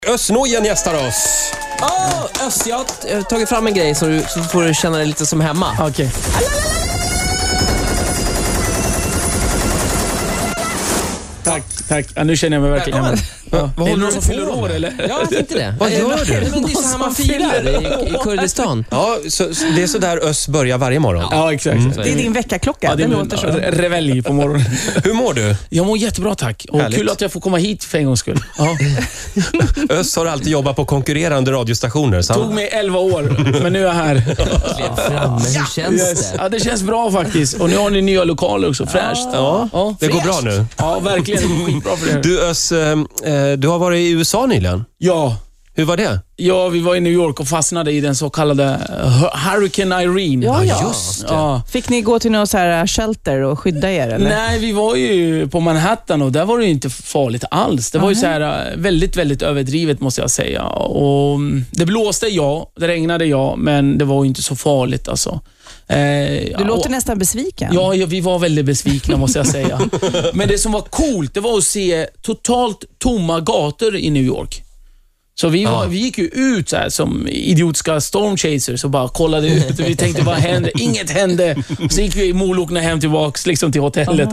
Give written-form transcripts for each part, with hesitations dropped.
Ösnojen gästar oss. Öss, jag har tagit fram en grej så får du känna dig lite som hemma. Okej. Tack. Ja, nu känner jag mig verkligen hemma. Vad Är det håller någon du som på fyller år med? eller? Ja, jag tänkte det. Vad gör du? Men det är så här man firar i Kurdistan. Ja, så det är så där Öss börjar varje morgon. Ja, exakt. Det är din väckarklocka. Ja, det är den min låter så. revelj på morgonen. Hur mår du? Jag mår jättebra, tack. Och Härligt. kul att jag får komma hit för en gångs skull. Ja. Öss har alltid jobbat på konkurrerande radiostationer. Så Tog mig 11 år, men nu är jag här. Framme. Hur känns det? Ja, det känns bra faktiskt. Och nu har ni nya lokaler också, fräscht. Ja, det går bra nu. Ja, verkligen. Skitbra för det. Du Öss, du har varit i USA nyligen. Ja. Hur var det? Ja, vi var i New York och fastnade i den så kallade Hurricane Irene. Ja. Just det. Ja. Fick ni gå till någon så här shelter och skydda er? Eller? Nej, vi var ju på Manhattan och där var det ju inte farligt alls. Det var ju så här väldigt, väldigt överdrivet måste jag säga. Och det blåste det regnade men det var ju inte så farligt alltså. Du låter nästan besviken. Ja, vi var väldigt besvikna måste jag säga. Men det som var coolt, det var att se totalt tomma gator i New York. Så vi gick ju ut så här, som idiotiska storm chasers och bara kollade ut och vi tänkte, vad hände? Inget hände. Så gick vi i molokna hem tillbaks liksom till hotellet.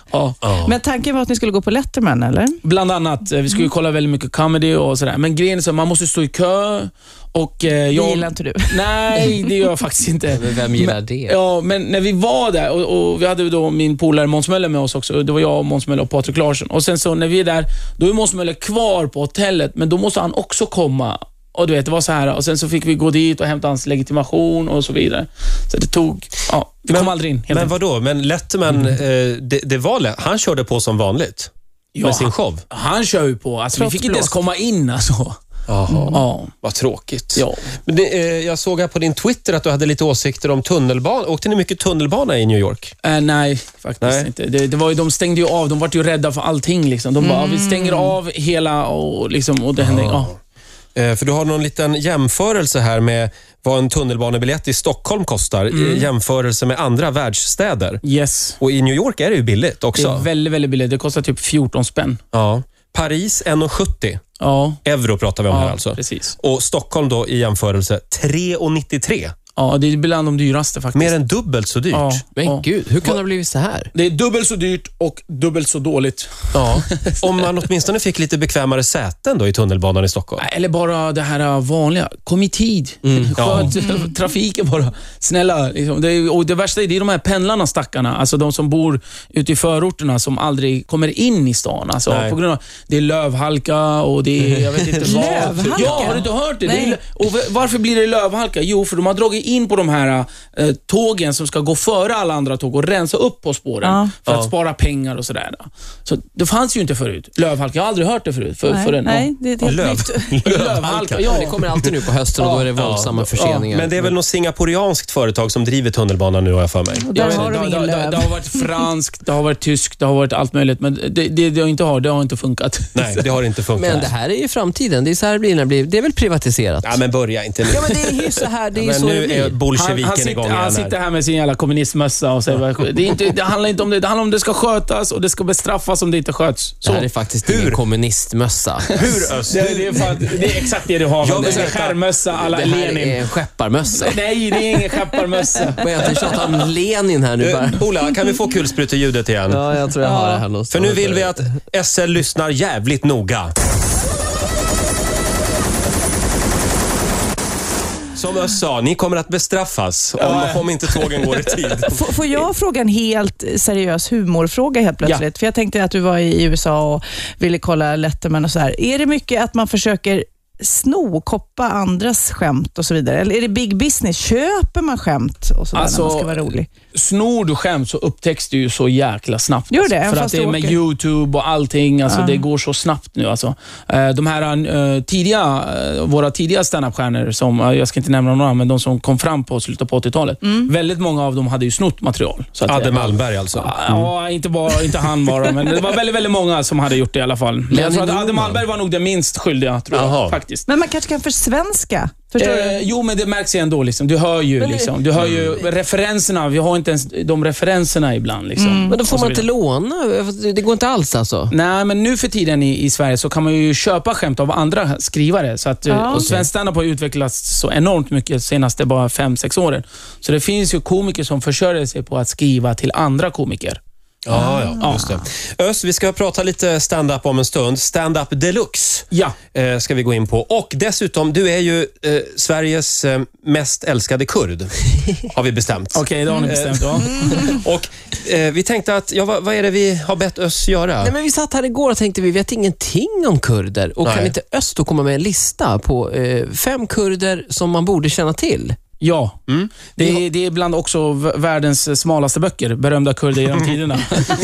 Men tanken var att ni skulle gå på Letterman, eller? Bland annat, vi skulle kolla väldigt mycket comedy och sådär. Men grejen är så, man måste stå i kö. Och Det gillar inte du? Nej, det gör jag faktiskt inte. Vem gillar det? Ja, men när vi var där och vi hade då min polare Måns Möller med oss också. Det var jag, Måns Möller och Patrik Larsson. Och sen så när vi är där, då är Måns Möller kvar på hotellet, men då måste han också komma. Och du vet, det var så här. Och sen så fick vi gå dit och hämta hans legitimation och så vidare. Så det tog, vi kom aldrig in. Men vadå? Men Letterman, det var han körde på som vanligt med sin show. Han kör ju på. Alltså, vi fick inte ens komma in alltså. Jaha, vad tråkigt. Ja. Men jag såg här på din Twitter att du hade lite åsikter om tunnelbana. Åkte ni mycket tunnelbana i New York? Nej, faktiskt inte. Det var ju, de stängde ju av, de var ju rädda för allting. Liksom. De bara, vi stänger av hela och det hände. För du har någon liten jämförelse här med vad en tunnelbanebiljett i Stockholm kostar i jämförelse med andra världsstäder. Yes. Och i New York är det ju billigt också. Det är väldigt, väldigt billigt. Det kostar typ 14 spänn. Ja. Paris 1,70. Ja. Euro pratar vi om här alltså. Precis. Och Stockholm då i jämförelse 3,93. Ja, det är bland de dyraste faktiskt. Mer än dubbelt så dyrt. Ja. Men gud, hur kan det ha blivit så här? Det är dubbelt så dyrt och dubbelt så dåligt. Ja. Om man åtminstone fick lite bekvämare säten då i tunnelbanan i Stockholm. Eller bara det här vanliga. Kom i tid. Sköt trafiken bara. Snälla. Liksom. Och det värsta är de här pendlarna, stackarna. Alltså de som bor ute i förorterna som aldrig kommer in i stan. Alltså, på grund av det är lövhalka och det är, jag vet inte vad. Lövhalka? Ja, har du inte hört det? Nej. Och varför blir det lövhalka? Jo, för de har dragit in på de här tågen som ska gå före alla andra tåg och rensa upp på spåren för att spara pengar och sådär. Så det fanns ju inte förut. Lövhalka, jag har aldrig hört det förut. Nej, det är helt nytt. Lövhalka, Men det kommer alltid nu på hösten och då är det våldsamma förseningar. Men det är väl något singaporianskt företag som driver tunnelbanan nu, har jag för mig. Och där har de ingen löv. Det har varit franskt, det har varit tyskt, det har varit allt möjligt. Men det har inte funkat. Nej, det har inte funkat. Men det här är ju framtiden. Det är så här det blir när det blir. Det är väl privatiserat? Ja, men börja inte nu. Ja, men det är ju så här. Det är Men så det nu är blir. bolsjeviken igång igen. Han sitter här med sin jävla kommunistmössa och säger det handlar inte om det. Det handlar om det ska skötas och det ska bestraffas om det inte sköts. Det här är faktiskt ingen kommunistmössa. Hur Öst? Det är exakt det du har. Det är en skärmössa alla Det här Lenin. är en skepparmössa. Nej, det är ingen skepparmössa. Men jag inte tjata om Lenin här nu bara. Ola, kan vi få kulspruteljudet igen? Ja, jag tror jag har det här någonstans. För nu vill vi att SL lyssnar jävligt noga. Som jag sa, ni kommer att bestraffas om inte tågen går i tid. Får jag fråga en helt seriös humorfråga helt plötsligt? För jag tänkte att du var i USA och ville kolla Letterman och så här. Är det mycket att man försöker koppa andras skämt och så vidare? Eller är det big business? Köper man skämt och så när man ska vara rolig? Snor du skämt så upptäcks det ju så jäkla snabbt. Gör det? För att det är med YouTube och allting. Alltså, det går så snabbt nu. Alltså. De här våra tidiga stand-up-stjärnor som, jag ska inte nämna några, men de som kom fram på slutet på 80-talet. Väldigt många av dem hade ju snott material. Så att, Adde Malmberg alltså. Ja, inte han bara, men det var väldigt, väldigt många som hade gjort det i alla fall. Men jag tror att Adde Malmberg var nog den minst skyldiga, tror jag, faktiskt. Men man kanske kan försvenska Förstår du? Jo, men det märks ju ändå. Liksom. Du hör ju, du hör ju referenserna. Vi har inte ens de referenserna ibland. Liksom. Men då får man inte låna. Det går inte alls alltså. Nej, men nu för tiden i Sverige så kan man ju köpa skämt av andra skrivare. Så att, och svensk stand-up har utvecklats så enormt mycket senaste bara 5-6 åren. Så det finns ju komiker som försörjer sig på att skriva till andra komiker. Ja, just det. Ös, vi ska prata lite stand-up om en stund. Stand-up deluxe ska vi gå in på. Och dessutom, du är ju Sveriges mest älskade kurd, har vi bestämt. Okej, det har ni bestämt, ja. Och vi tänkte att, vad är det vi har bett Ös göra? Nej, men vi satt här igår och tänkte vi vet ingenting om kurder. Och kan inte Öst då komma med en lista på 5 kurder som man borde känna till? Ja, det är ibland också världens smalaste böcker, berömda kurder genom tiderna.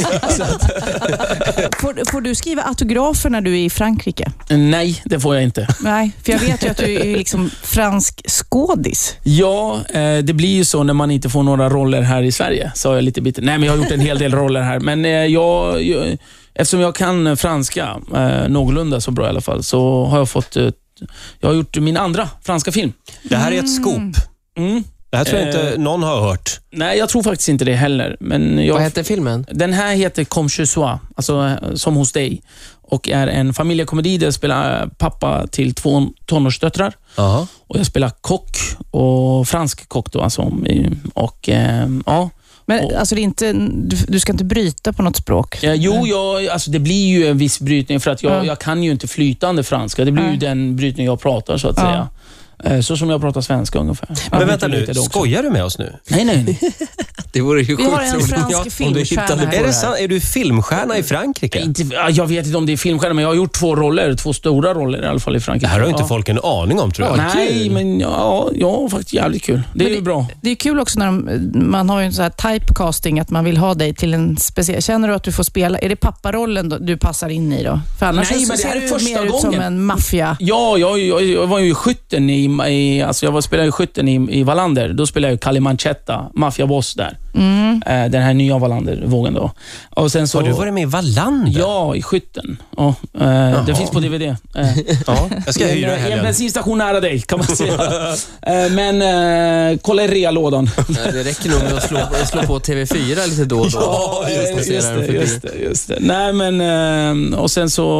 Får du skriva autografer när du är i Frankrike? Nej, det får jag inte. Nej, för jag vet ju att du är liksom fransk skådis. Ja, det blir ju så när man inte får några roller här i Sverige. Så är jag lite bitter. Nej, men jag har gjort en hel del roller här. Men eftersom jag kan franska någorlunda så bra i alla fall, så har jag har gjort min andra franska film. Det här är ett scoop. Det här tror jag inte någon har hört. Nej, jag tror faktiskt inte det heller. Men vad heter filmen? Den här heter Comme chez soi, alltså som hos dig. Och är en familjekomedi där jag spelar pappa till 2 tonårsdöttrar. Och jag spelar kock och fransk kock då. Alltså, Men alltså det är inte, du ska inte bryta på något språk? Alltså det blir ju en viss brytning för att jag kan ju inte flytande franska. Det blir ju den brytning jag pratar så att säga. Så som jag pratar svenska ungefär. Men vänta nu, skojar du med oss nu? Nej. Det vore ju vi har en fransk filmstjärna. Är det sant? Är du filmstjärna i Frankrike? Jag vet inte om det är filmstjärna, men jag har gjort 2 stora roller i alla fall i Frankrike. Det här har inte folk en aning om, tror jag. Nej, kul. Men faktiskt jävligt kul. Det är ju bra. Det är kul också när man har ju en sån här typecasting att man vill ha dig till en speciell. Känner du att du får spela? Är det papparollen du passar in i då? För annars nej, men det här är första mer gången. Ut som en maffia. Ja, jag var ju skytten jag spelade ju skytten i Wallander. Då spelade jag Kalle Manchetta, maffiaboss där. Den här nya Wallander-vågen då. Och sen så, har du varit med i Wallander? Ja, i skytten. Det finns på DVD. Jag ska hyra i en bensinstation nära dig, kan man säga. Men kolla i realådan. Det räcker nog med att slå på TV4 lite då och då. Ja, just det. Nej, men och sen så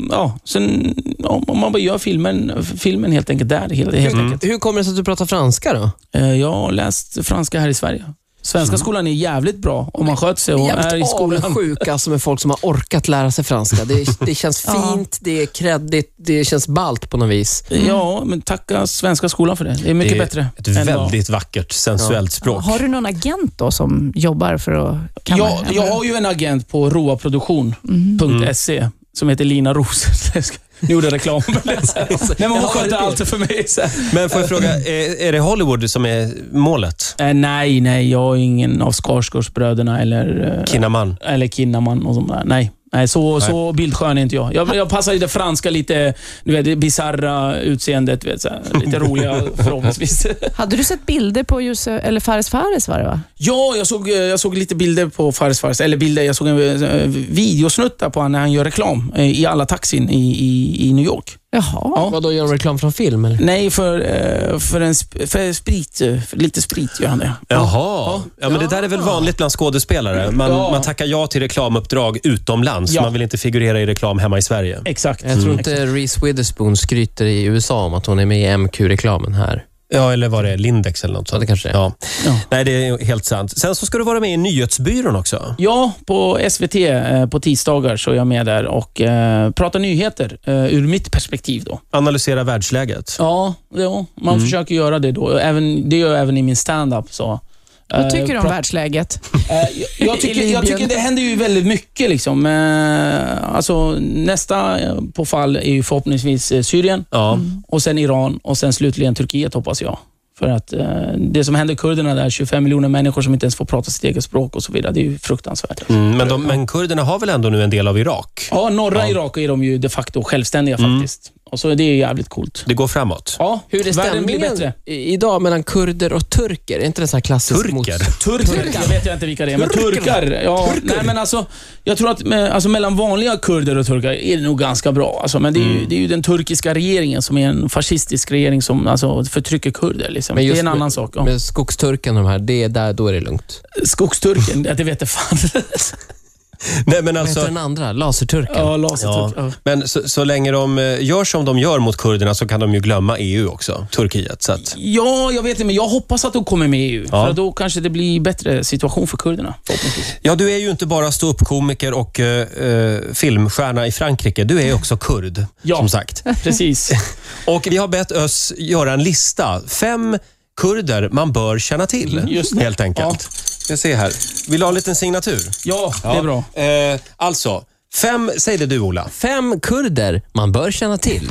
om man bara gör filmen helt enkelt där. Helt enkelt. Hur kommer det sig att du pratar franska då? Jag har läst franska här i Sverige. Svenska skolan är jävligt bra om man sköter sig och är i skolan. Jävligt sjuka alltså med folk som har orkat lära sig franska. Det känns fint, det är kreddigt, det känns ballt på något vis. Ja, men tacka svenska skolan för det. Det är mycket bättre. Ett väldigt vackert, sensuellt språk. Har du någon agent då som jobbar för att... Jag har ju en agent på roaproduktion.se som heter Lina Ros. Nu gjorde reklam. Nej, man sköter allt för mig. Men får jag fråga, är det Hollywood som är målet? Nej, jag är ingen av Skarsgårdsbröderna eller Kinnaman och sånt där. Nej, så bildskön är inte jag. Jag passar i det franska lite, du vet, det bizarra utseendet, vet, så här, lite roliga förhoppningsvis. Hade du sett bilder på Fares Fares, var det va? Ja, jag såg lite bilder på Fares Fares, eller bilder, jag såg en videosnutta på när han gör reklam i alla taxin i New York. Jaha. Vad då, gör han reklam från film eller? Nej, för sprit, lite sprit gör han det. Jaha. Ja, men det där är väl vanligt bland skådespelare. Man tackar ja till reklamuppdrag utomlands. Man vill inte figurera i reklam hemma i Sverige. Exakt. Jag tror inte Reese Witherspoon skryter i USA om att hon är med i MQ-reklamen här. Ja, eller var det Lindex eller något sånt? Ja, det kanske är. Ja. Nej, det är helt sant. Sen så ska du vara med i Nyhetsbyrån också. Ja, på SVT på tisdagar så är jag med där och pratar nyheter ur mitt perspektiv då. Analysera världsläget. Ja, man försöker göra det då. Det gör jag även i min stand-up. Så. Vad tycker du om världsläget? Jag tycker det händer ju väldigt mycket. Liksom. Alltså, nästa på fall är ju förhoppningsvis Syrien. Och sen Iran och sen slutligen Turkiet, hoppas jag. För att det som händer kurderna där, 25 miljoner människor som inte ens får prata sitt eget språk och så vidare, det är ju fruktansvärt. Men kurderna har väl ändå nu en del av Irak? Ja, norra Irak är de ju de facto självständiga faktiskt. Och så är det jävligt coolt. Det går framåt. Ja, Hur är stämningen idag mellan kurder och turker? Är inte det så här klassiskt Turkar vet jag inte vilka det är, men turkar. Ja, nej, men alltså, jag tror att mellan vanliga kurder och turkar är det nog ganska bra. Alltså, men det är ju den turkiska regeringen som är en fascistisk regering som alltså, förtrycker kurder. Liksom. Det är en annan sak. Ja. Med skogsturken de här, det är där, då är det lugnt. Skogsturken, det vet jag fan. Nej, men alltså, den andra, laserturken. Ja, laserturken. Ja. Men så länge de gör som de gör mot kurderna så kan de ju glömma EU också, Turkiet. Så att... Ja, jag vet inte, men jag hoppas att de kommer med i EU. För då kanske det blir bättre situation för kurderna. Ja, du är ju inte bara ståuppkomiker och filmstjärna i Frankrike. Du är också kurd, som sagt. Precis. Och vi har bett Özz göra en lista. 5 kurder man bör känna till, helt enkelt. Jag ser här. Vill du ha en liten signatur? Ja, det är bra. Alltså, 5, säg det du Ola. 5 kurder man bör känna till.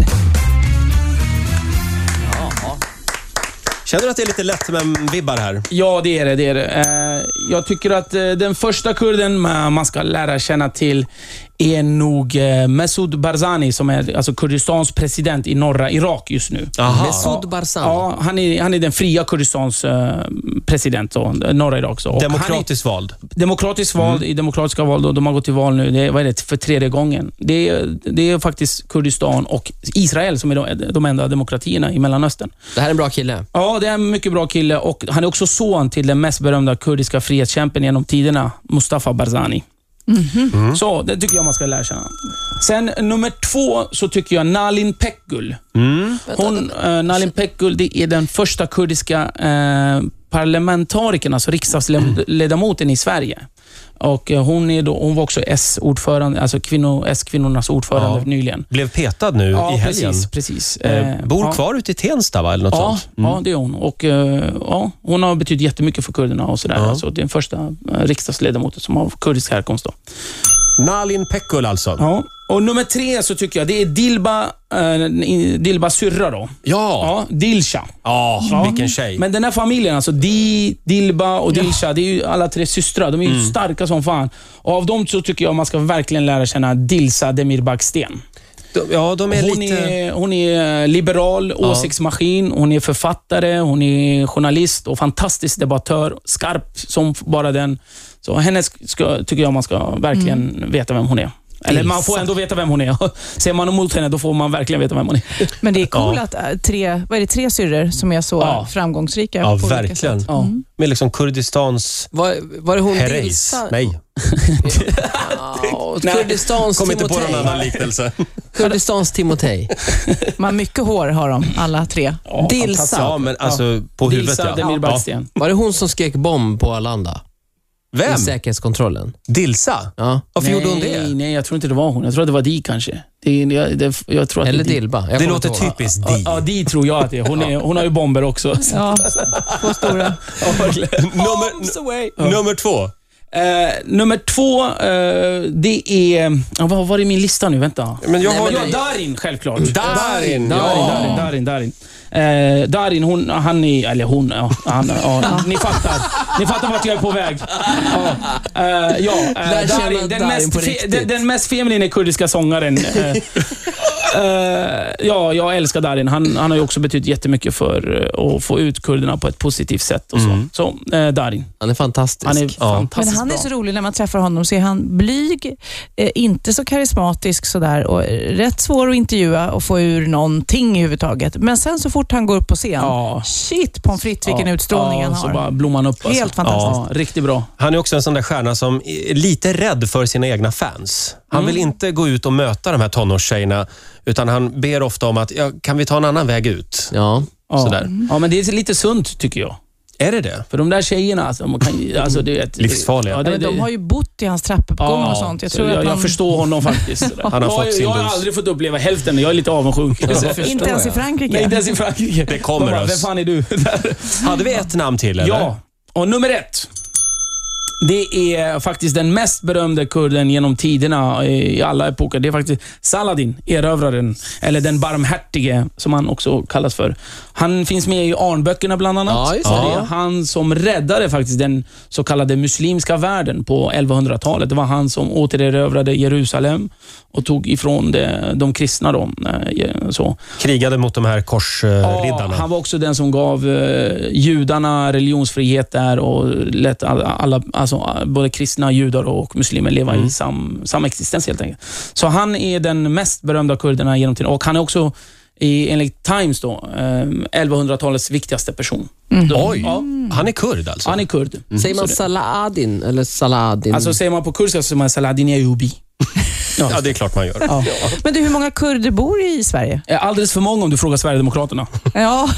Känner du att det är lite lätt med vibbar här? Ja, det är det. Jag tycker att den första kurden man ska lära känna till är nog Masoud Barzani som är alltså Kurdistans president i norra Irak just nu. Masoud Barzani. Ja, han är den fria Kurdistans president i norra Irak. Så. Demokratiskt vald. Demokratiskt vald i demokratiska val. De har gått till val nu, vad är det, för 3:e gången. Det är faktiskt Kurdistan och Israel som är de enda demokratierna i Mellanöstern. Det här är en bra kille. Ja, det är en mycket bra kille och han är också son till den mest berömda kurdiska frihetskämpen genom tiderna, Mustafa Barzani. Så det tycker jag man ska lära sig. Sen nummer 2 så tycker jag Nalin Pekgul. Nalin Pekgul, det är den första kurdiska parlamentarikern, alltså riksdagsledamoten i Sverige. Och hon var också S-ordförande, alltså S-kvinnornas ordförande nyligen. Blev petad nu i helgen. Precis. Bor kvar ute i Tensta, va? Eller något sånt. Ja, det är hon. Och hon har betytt jättemycket för kurderna och sådär. Alltså, det är den första riksdagsledamoten som har kurdisk härkomst då. Nalin Pekgul alltså. Ja. Och nummer 3 så tycker jag det är Dilba syrra då. Ja. Dilsha. Vilken tjej. Men den här familjen, alltså Dilba och Dilsha, det är ju alla 3 systrar. De är ju starka som fan. Och av dem så tycker jag man ska verkligen lära känna Dilsa Demirbaksten. Hon är liberal, åsiktsmaskin, hon är författare, hon är journalist och fantastisk debattör, skarp som bara den. Så henne tycker jag man ska verkligen veta vem hon är. Eller man får ändå veta vem hon är. Ser man emot henne, då får man verkligen veta vem hon är. Men det är coolt att 3 syrror som är så framgångsrika. Ja, på verkligen. Med liksom Kurdistans var det hon Dilsa? Nej. Kurdistans kom inte på någon annan liknelse. Kurdistans Timotej. Man mycket hår har de, alla 3. Dilsa. Ja, men alltså på huvudet, Var det hon som skrek bomb på Arlanda? Vem? I säkerhetskontrollen. Dilsa? Ja. Varför gjorde hon det? Nej, jag tror inte det var hon. Jag tror att det var Di kanske. Jag tror att eller Dilba. Det låter typiskt Di. Ja, Di tror jag att det är. Hon har ju bomber också. Ja, 2 stora. Nummer 2. Nummer 2, det är... vad var det i min lista nu? Vänta. Men Darin, självklart. Darin. Darin, ni fattar vart jag är på väg. Darin, den mest feminina kurdiska sångaren. Jag älskar Darin. Han har ju också betytt jättemycket för att få ut kurderna på ett positivt sätt och så. Darin. Han är fantastisk. Men han är så rolig när man träffar honom, så är han blyg, inte så karismatisk sådär och rätt svår att intervjua och få ur någonting överhuvudtaget. Men sen så fort han går upp på scen, shit, pommes frites, vilken utstrålning han har. Så bara blommar han upp. Helt alltså. fantastiskt. Riktigt bra. Han är också en sån där stjärna som är lite rädd för sina egna fans. Han vill inte gå ut och möta de här tonårstjejerna, utan han ber ofta om att, kan vi ta en annan väg ut? Sådär. Ja, men det är lite sunt tycker jag. Är det? För de där tjejerna, alltså det är livsfarliga. De har ju bott i hans trappuppgång och sånt. Jag förstår honom faktiskt. Han har fått sin jag har aldrig fått uppleva hälften. Jag är lite avundsjuk. Inte ens i Frankrike. Nej, inte ens i Frankrike. Det kommer oss. Vem fan är du? Hade vi ett namn till, eller? Ja. Och nummer 1. Det är faktiskt den mest berömda kurden genom tiderna i alla epoker. Det är faktiskt Saladin, erövraren, eller den barmhärtige som han också kallas för. Han finns med i Arnböckerna bland annat. Ja, just det. Det är han som räddade faktiskt den så kallade muslimska världen på 1100-talet. Det var han som återerövrade Jerusalem och tog ifrån de kristna då. Så. Krigade mot de här korsriddarna. Ja, han var också den som gav judarna religionsfrihet där och lät alla, alltså både kristna, judar och muslimer leva i samexistens helt enkelt. Så han är den mest berömda kurderna genom tiden. Och han är också enligt Times då 1100-talets viktigaste person. Oj, han är kurd alltså? Han är kurd. Säger man Saladin eller Saladin? Alltså säger man på kurdiska så säger man Saladin Eyyubi. Ja, det är klart man gör. Ja. Men du, hur många kurder bor i Sverige? Alldeles för många om du frågar Sverigedemokraterna. Ja.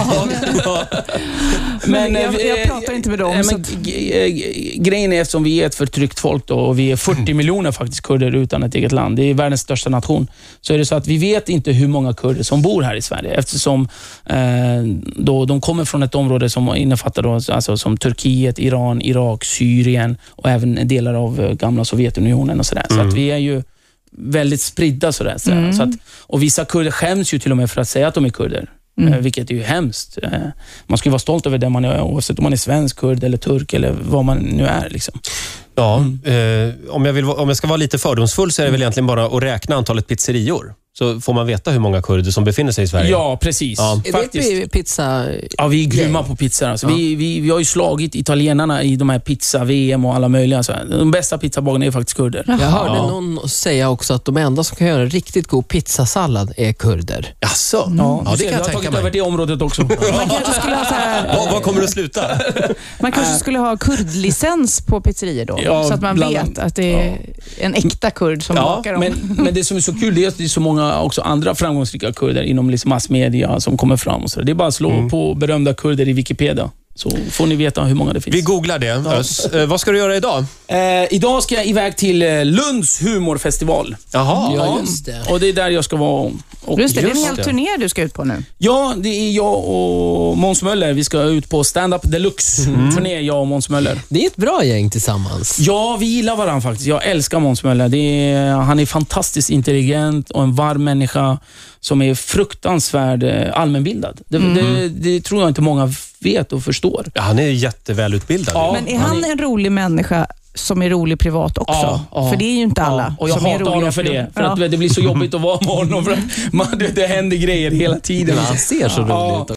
Men jag pratar inte med dem. Grejen är, eftersom vi är ett förtryckt folk då, och vi är 40 miljoner faktiskt kurder utan ett eget land. Det är världens största nation. Så är det så att vi vet inte hur många kurder som bor här i Sverige, eftersom då de kommer från ett område som innefattar då, alltså som Turkiet, Iran, Irak, Syrien och även delar av gamla Sovjetunionen och sådär. Så att vi är ju väldigt spridda sådär. Så att, och vissa kurder skäms ju till och med för att säga att de är kurder. Vilket är ju hemskt. Man ska ju vara stolt över det man är, oavsett om man är svensk, kurd eller turk eller vad man nu är liksom. Ja, om jag ska vara lite fördomsfull så är det väl egentligen bara att räkna antalet pizzerior. Så får man veta hur många kurder som befinner sig i Sverige. Ja, precis. Ja. Är det pizza? Ja, vi är grymma på pizza. Alltså. Vi har ju slagit italienarna i de här pizza-VM och alla möjliga. Alltså. De bästa pizzabagarna är faktiskt kurder. Jag hörde någon säga också att de enda som kan göra riktigt god pizzasallad är kurder. Jaså? Ja, det kan jag tänka mig. Över det området också. Man kanske skulle ha så här, vad kommer det att sluta? Man kanske skulle ha kurdlicens på pizzerier då. Så att man vet att det är en äkta kurd som bakar dem. Men det som är så kul är att det är så många också andra framgångsrika kurder inom liksom massmedia som kommer fram och så. Det är bara att slå på berömda kurder i Wikipedia. Så får ni veta hur många det finns. Vi googlar det. Vad ska du göra idag? Idag ska jag iväg till Lunds humorfestival. Jaha. Ja, just det. Och det är där jag ska vara. Just det, det är en hel turné du ska ut på nu. Ja, det är jag och Måns Möller. Vi ska ut på stand-up deluxe-turné, jag och Måns Möller. Det är ett bra gäng tillsammans. Ja, vi gillar varandra faktiskt. Jag älskar Måns Möller. Han är fantastiskt intelligent och en varm människa som är fruktansvärd allmänbildad. Det tror jag inte många vet och förstår. Ja, han är jättevälutbildad. Ja, men är han en rolig människa som är rolig privat också? Ja. För det är ju inte alla. Och jag hatar honom för det. För att det blir så jobbigt att vara med honom. För att det händer grejer hela tiden. Han ser så rolig ut.